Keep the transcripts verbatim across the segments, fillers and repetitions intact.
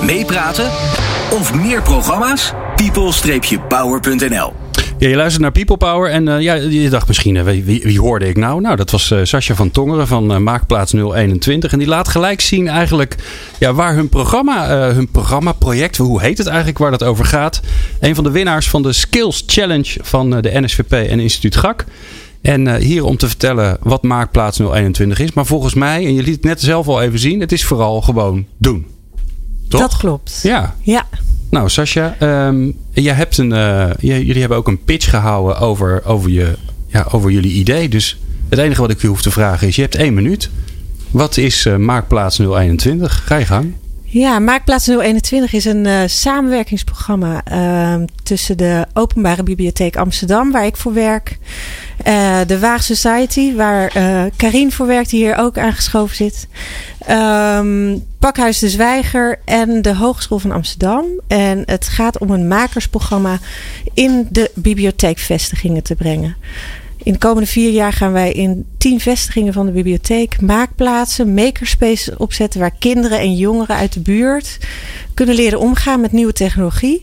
Meepraten of meer programma's? people power punt n l. Ja, je luistert naar People Power en uh, ja, je dacht misschien, uh, wie, wie, wie hoorde ik nou? Nou, dat was uh, Sascha van Tongeren van uh, Maakplaats nul eenentwintig. En die laat gelijk zien eigenlijk ja, waar hun programma, uh, hun programmaproject, hoe heet het eigenlijk, waar dat over gaat. Een van de winnaars van de Skills Challenge van uh, de N S V P en Instituut G A C. En uh, hier om te vertellen wat Maakplaats nul eenentwintig is. Maar volgens mij, en je liet het net zelf al even zien, het is vooral gewoon doen. Toch? Dat klopt. Ja. Ja. Nou, Sascha, um, jij hebt een, uh, j- jullie hebben ook een pitch gehouden over, over, je, ja, over jullie idee. Dus het enige wat ik u hoef te vragen is, je hebt één minuut. Wat is uh, Maakplaats nul eenentwintig? Ga je gang. Ja, Maakplaats nul eenentwintig is een uh, samenwerkingsprogramma uh, tussen de Openbare Bibliotheek Amsterdam, waar ik voor werk. Uh, de Waag Society, waar uh, Karien voor werkt, die hier ook aangeschoven zit. Um, Pakhuis de Zwijger en de Hogeschool van Amsterdam. En het gaat om een makersprogramma in de bibliotheekvestigingen te brengen. In de komende vier jaar gaan wij in tien vestigingen van de bibliotheek maakplaatsen, makerspaces opzetten waar kinderen en jongeren uit de buurt kunnen leren omgaan met nieuwe technologie.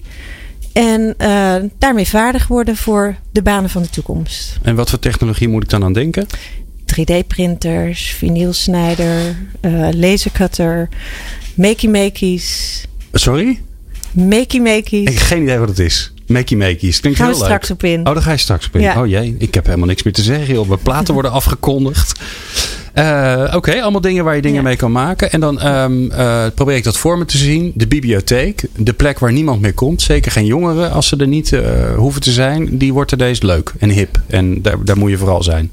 En uh, daarmee vaardig worden voor de banen van de toekomst. En wat voor technologie moet ik dan aan denken? drie D-printers, vinylsnijder, uh, lasercutter, makey-makeys. Sorry? Makey-makeys. Ik heb geen idee wat het is. Makey-makeys. Klinkt Gaan heel we leuk. straks op in. Oh, daar ga je straks op in. Ja. Oh jee, ik heb helemaal niks meer te zeggen. Joh. Mijn platen worden afgekondigd. Uh, Oké, okay, allemaal dingen waar je dingen ja. mee kan maken. En dan um, uh, probeer ik dat voor me te zien. De bibliotheek, de plek waar niemand meer komt. Zeker geen jongeren, als ze er niet uh, hoeven te zijn. Die wordt er deze leuk en hip. En daar, daar moet je vooral zijn.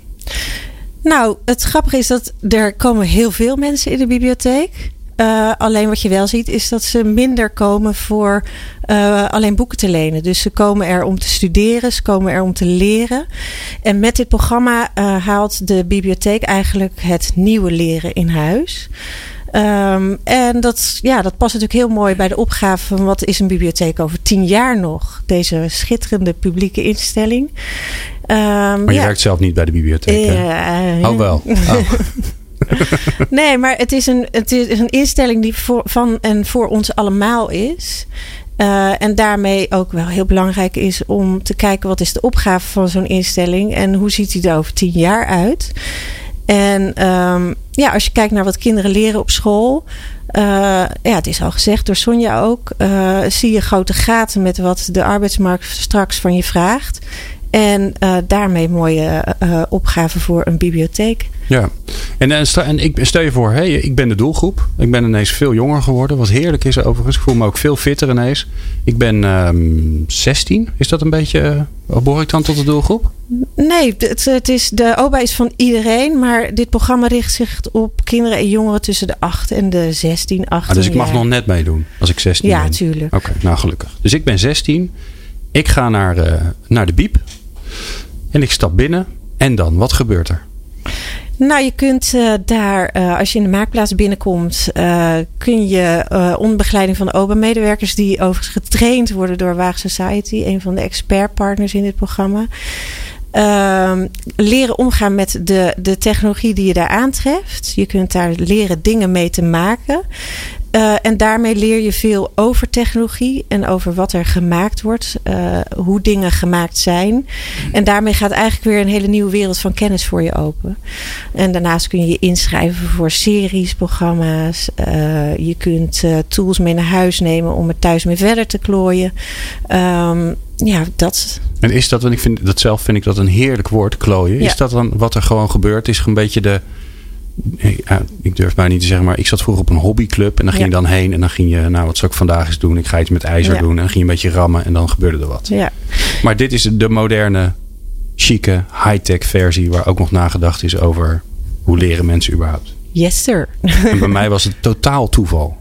Nou, het grappige is dat er komen heel veel mensen in de bibliotheek. Uh, alleen wat je wel ziet is dat ze minder komen voor uh, alleen boeken te lenen. Dus ze komen er om te studeren, ze komen er om te leren. En met dit programma uh, haalt de bibliotheek eigenlijk het nieuwe leren in huis. Um, en dat, ja, dat past natuurlijk heel mooi bij de opgave van wat is een bibliotheek over tien jaar nog. Deze schitterende publieke instelling. Um, maar je ja. werkt zelf niet bij de bibliotheek, hè? Uh, oh wel. Oh. Nee, maar het is een, het is een instelling die voor, van en voor ons allemaal is. Uh, en daarmee ook wel heel belangrijk is om te kijken wat is de opgave van zo'n instelling en hoe ziet die er over tien jaar uit. En um, ja, als je kijkt naar wat kinderen leren op school. Uh, ja, het is al gezegd door Sonja ook. Uh, zie je grote gaten met wat de arbeidsmarkt straks van je vraagt. En uh, daarmee mooie uh, opgave voor een bibliotheek. Ja, en, en, sta, en ik stel je voor, hey, ik ben de doelgroep. Ik ben ineens veel jonger geworden. Wat heerlijk is overigens. Ik voel me ook veel fitter ineens. Ik ben um, zestien. Is dat een beetje, uh, behoor ik dan tot de doelgroep? Nee, het, het is, de O B A is van iedereen. Maar dit programma richt zich op kinderen en jongeren tussen de acht en de zestien, achttien ah, Dus ik mag jaar. nog net meedoen als ik zestien ja, ben? Ja, tuurlijk. Oké, okay, nou gelukkig. Dus ik ben zestien. Ik ga naar, uh, naar de biep. En ik stap binnen. En dan, wat gebeurt er? Nou, je kunt uh, daar, uh, als je in de maakplaats binnenkomt, uh, kun je uh, onder begeleiding van de O B A-medewerkers, die overigens getraind worden door Waag Society, een van de expertpartners in dit programma, uh, leren omgaan met de, de technologie die je daar aantreft. Je kunt daar leren dingen mee te maken. Uh, en daarmee leer je veel over technologie en over wat er gemaakt wordt, uh, hoe dingen gemaakt zijn. En daarmee gaat eigenlijk weer een hele nieuwe wereld van kennis voor je open. En daarnaast kun je je inschrijven voor series, programma's. Uh, je kunt uh, tools mee naar huis nemen om er thuis mee verder te klooien. Um, ja, dat. En is dat, want ik vind dat zelf vind ik dat een heerlijk woord, klooien. Ja. Is dat dan wat er gewoon gebeurt? Is een beetje de. Ja, ik durf maar niet te zeggen, maar ik zat vroeger op een hobbyclub en dan ging ja. je dan heen en dan ging je, nou wat zou ik vandaag eens doen? Ik ga iets met ijzer ja. doen en dan ging je een beetje rammen en dan gebeurde er wat. Ja. Maar dit is de moderne, chique, high-tech versie waar ook nog nagedacht is over hoe leren mensen überhaupt. Yes, sir. En bij mij was het totaal toeval.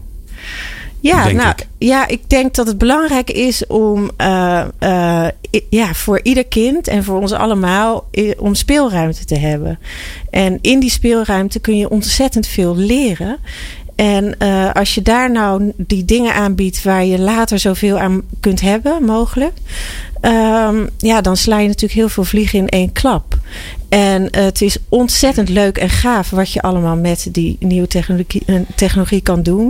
Ja, denk nou, ik. ja, ik denk dat het belangrijk is om uh, uh, ja, voor ieder kind en voor ons allemaal om speelruimte te hebben. En in die speelruimte kun je ontzettend veel leren. En uh, als je daar nou die dingen aanbiedt waar je later zoveel aan kunt hebben, mogelijk. Um, ja, dan sla je natuurlijk heel veel vliegen in één klap. En uh, het is ontzettend leuk en gaaf wat je allemaal met die nieuwe technologie, technologie kan doen.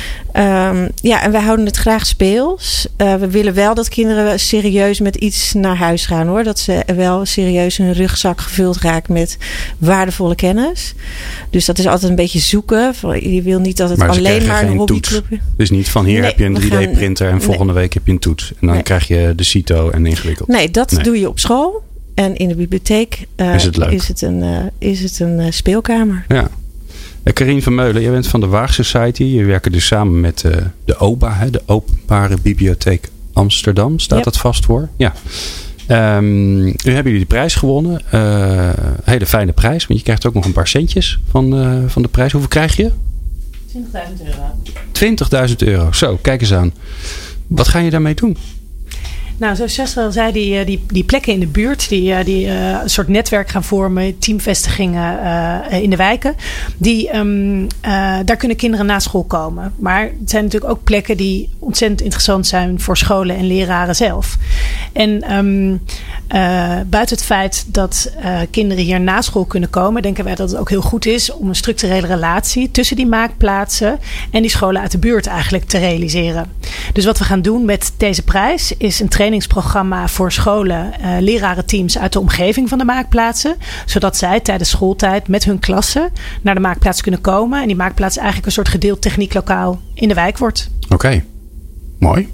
Um, ja, en wij houden het graag speels. Uh, we willen wel dat kinderen serieus met iets naar huis gaan, hoor. Dat ze wel serieus hun rugzak gevuld raakt met waardevolle kennis. Dus dat is altijd een beetje zoeken. Je wil niet dat het maar alleen maar een hobbyclub is. Dus niet van hier nee, heb je een drie D-printer en volgende nee. week heb je een toets. En dan nee. krijg je de CITO en ingewikkeld. Nee, dat nee. doe je op school. En in de bibliotheek uh, is, het is het een, uh, is het een uh, speelkamer. Ja. Uh, Carien Vermeulen, jij bent van de Waag Society. Je werkt dus samen met uh, de O B A, hè, de Openbare Bibliotheek Amsterdam. Staat yep. dat vast voor? Ja. Um, nu hebben jullie de prijs gewonnen. Uh, hele fijne prijs. Want je krijgt ook nog een paar centjes van, uh, van de prijs. Hoeveel krijg je? twintigduizend euro. twintigduizend euro. Zo, kijk eens aan. Wat ga je daarmee doen? Nou, zoals Sascha al zei, die, die, die plekken in de buurt, die, die uh, een soort netwerk gaan vormen, teamvestigingen uh, in de wijken, die, um, uh, daar kunnen kinderen na school komen. Maar het zijn natuurlijk ook plekken die ontzettend interessant zijn voor scholen en leraren zelf. En um, uh, buiten het feit dat uh, kinderen hier na school kunnen komen, denken wij dat het ook heel goed is om een structurele relatie tussen die maakplaatsen en die scholen uit de buurt eigenlijk te realiseren. Dus wat we gaan doen met deze prijs is een trainingsprogramma voor scholen, uh, lerarenteams uit de omgeving van de maakplaatsen. Zodat zij tijdens schooltijd met hun klassen naar de maakplaats kunnen komen. En die maakplaats eigenlijk een soort gedeeld technieklokaal in de wijk wordt. Oké, okay. Mooi.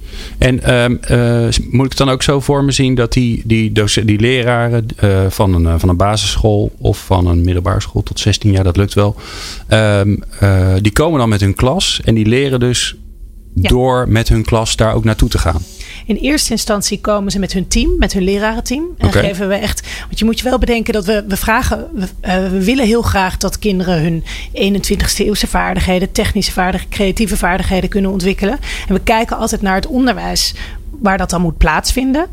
En um, uh, moet ik het dan ook zo voor me zien dat die, die, doce- die leraren uh, van, een, uh, van een basisschool of van een middelbare school tot zestien jaar, dat lukt wel. Um, uh, die komen dan met hun klas en die leren dus ja. door met hun klas daar ook naartoe te gaan. In eerste instantie komen ze met hun team, met hun lerarenteam. En okay. geven we echt. Want je moet je wel bedenken dat we, we vragen. We, uh, we willen heel graag dat kinderen hun eenentwintigste eeuwse vaardigheden, technische vaardigheden, creatieve vaardigheden kunnen ontwikkelen. En we kijken altijd naar het onderwijs waar dat dan moet plaatsvinden.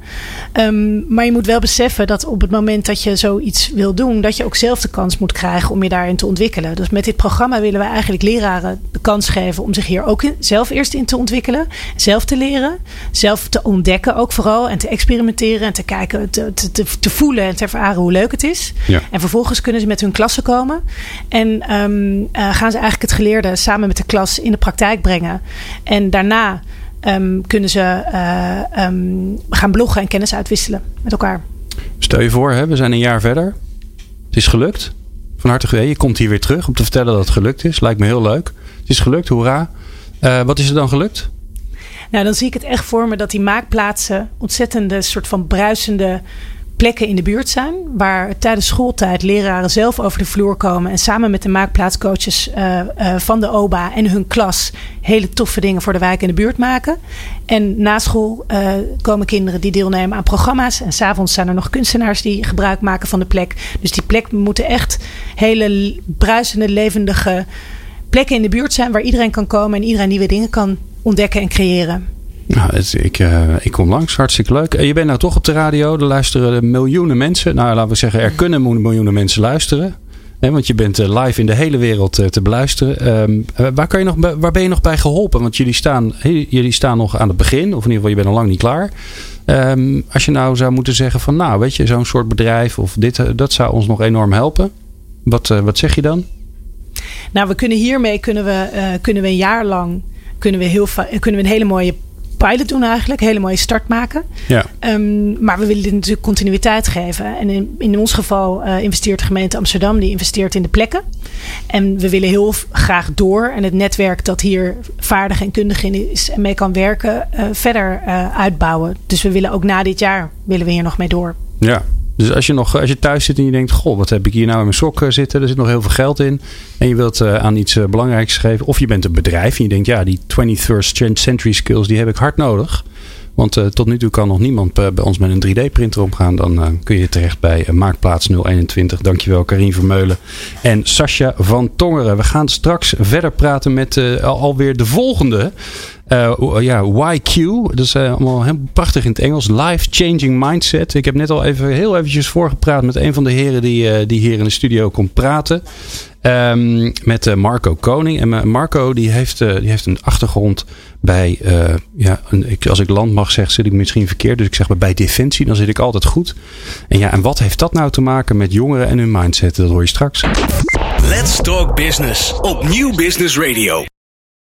Um, maar je moet wel beseffen dat op het moment dat je zoiets wil doen, dat je ook zelf de kans moet krijgen om je daarin te ontwikkelen. Dus met dit programma willen we eigenlijk leraren de kans geven om zich hier ook in, zelf eerst in te ontwikkelen. Zelf te leren. Zelf te ontdekken ook vooral. En te experimenteren en te kijken, te, te, te, te voelen en te ervaren hoe leuk het is. Ja. En vervolgens kunnen ze met hun klassen komen. En um, uh, gaan ze eigenlijk het geleerde samen met de klas in de praktijk brengen. En daarna Um, kunnen ze uh, um, gaan bloggen en kennis uitwisselen met elkaar. Stel je voor, hè, we zijn een jaar verder. Het is gelukt. Van harte geweest. Je komt hier weer terug om te vertellen dat het gelukt is. Lijkt me heel leuk. Het is gelukt, hoera. Uh, wat is er dan gelukt? Nou, dan zie ik het echt voor me dat die maakplaatsen ontzettende soort van bruisende plekken in de buurt zijn, waar tijdens schooltijd leraren zelf over de vloer komen en samen met de maakplaatscoaches uh, uh, van de O B A en hun klas hele toffe dingen voor de wijk en de buurt maken. En na school uh, komen kinderen die deelnemen aan programma's en 's avonds zijn er nog kunstenaars die gebruik maken van de plek. Dus die plek moeten echt hele bruisende, levendige plekken in de buurt zijn waar iedereen kan komen en iedereen nieuwe dingen kan ontdekken en creëren. Nou, het, ik, uh, ik kom langs. Hartstikke leuk. Uh, je bent nou toch op de radio. Er luisteren miljoenen mensen. Nou, laten we zeggen, er kunnen miljoenen mensen luisteren. Hè, want je bent uh, live in de hele wereld uh, te beluisteren. Um, uh, waar, kan je nog, waar ben je nog bij geholpen? Want jullie staan, hey, jullie staan nog aan het begin. Of in ieder geval, je bent nog lang niet klaar. Um, als je nou zou moeten zeggen van, nou, weet je, zo'n soort bedrijf of dit, uh, dat zou ons nog enorm helpen. Wat, uh, wat zeg je dan? Nou, we kunnen hiermee kunnen we, uh, kunnen we een jaar lang kunnen we, heel va- kunnen we een hele mooie pilot doen eigenlijk. Een hele mooie start maken. Ja. Um, maar we willen dit natuurlijk continuïteit geven. En in, in ons geval uh, investeert de gemeente Amsterdam. Die investeert in de plekken. En we willen heel graag door. En het netwerk dat hier vaardig en kundig in is en mee kan werken. Uh, verder uh, uitbouwen. Dus we willen ook na dit jaar willen we hier nog mee door. Ja. Dus als je, nog, als je thuis zit en je denkt, goh, wat heb ik hier nou in mijn sok zitten? Er zit nog heel veel geld in. En je wilt uh, aan iets uh, belangrijks geven. Of je bent een bedrijf en je denkt, ja, die twenty-first century skills, die heb ik hard nodig. Want uh, tot nu toe kan nog niemand uh, bij ons met een drie D-printer omgaan. Dan uh, kun je terecht bij uh, Maakplaats nul eenentwintig. Dankjewel, Carien Vermeulen en Sascha van Tongeren. We gaan straks verder praten met uh, al, alweer de volgende. Uh, ja, Y Q. Dat is uh, allemaal heel prachtig in het Engels. Life Changing Mindset. Ik heb net al even heel eventjes voorgepraat met een van de heren die, uh, die hier in de studio komt praten. Um, met uh, Marco Koning. En uh, Marco die heeft, uh, die heeft een achtergrond bij, uh, ja, een, ik, als ik land mag zeggen, zit ik misschien verkeerd. Dus ik zeg maar bij Defensie, dan zit ik altijd goed. En ja, en wat heeft dat nou te maken met jongeren en hun mindset? Dat hoor je straks. Let's Talk Business op Nieuw Business Radio.